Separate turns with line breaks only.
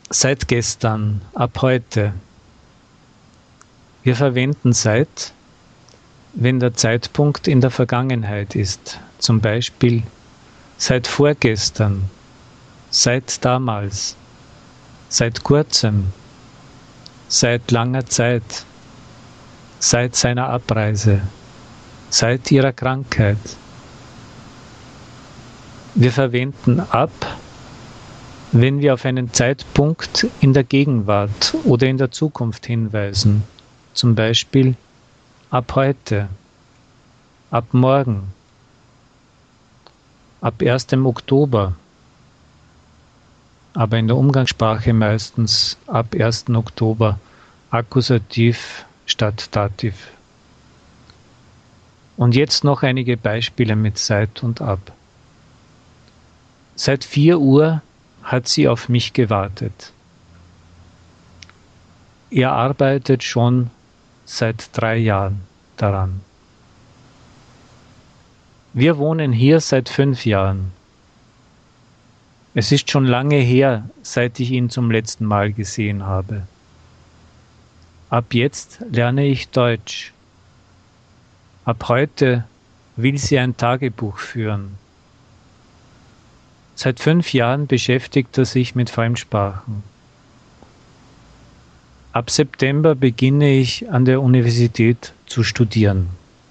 Seit gestern, ab heute. Wir verwenden seit, wenn der Zeitpunkt in der Vergangenheit ist. Zum Beispiel seit vorgestern, seit damals, seit kurzem, seit langer Zeit, seit seiner Abreise, seit ihrer Krankheit. Wir verwenden ab, wenn wir auf einen Zeitpunkt in der Gegenwart oder in der Zukunft hinweisen. Zum Beispiel ab heute, ab morgen, ab 1. Oktober, aber in der Umgangssprache meistens ab 1. Oktober, Akkusativ statt Dativ. Und jetzt noch einige Beispiele mit seit und ab. Seit 4 Uhr hat sie auf mich gewartet. Er arbeitet schon seit 3 Jahren daran. Wir wohnen hier seit 5 Jahren. Es ist schon lange her, seit ich ihn zum letzten Mal gesehen habe. Ab jetzt lerne ich Deutsch. Ab heute will sie ein Tagebuch führen. Seit 5 Jahren beschäftigt er sich mit Fremdsprachen. Ab September beginne ich an der Universität zu studieren.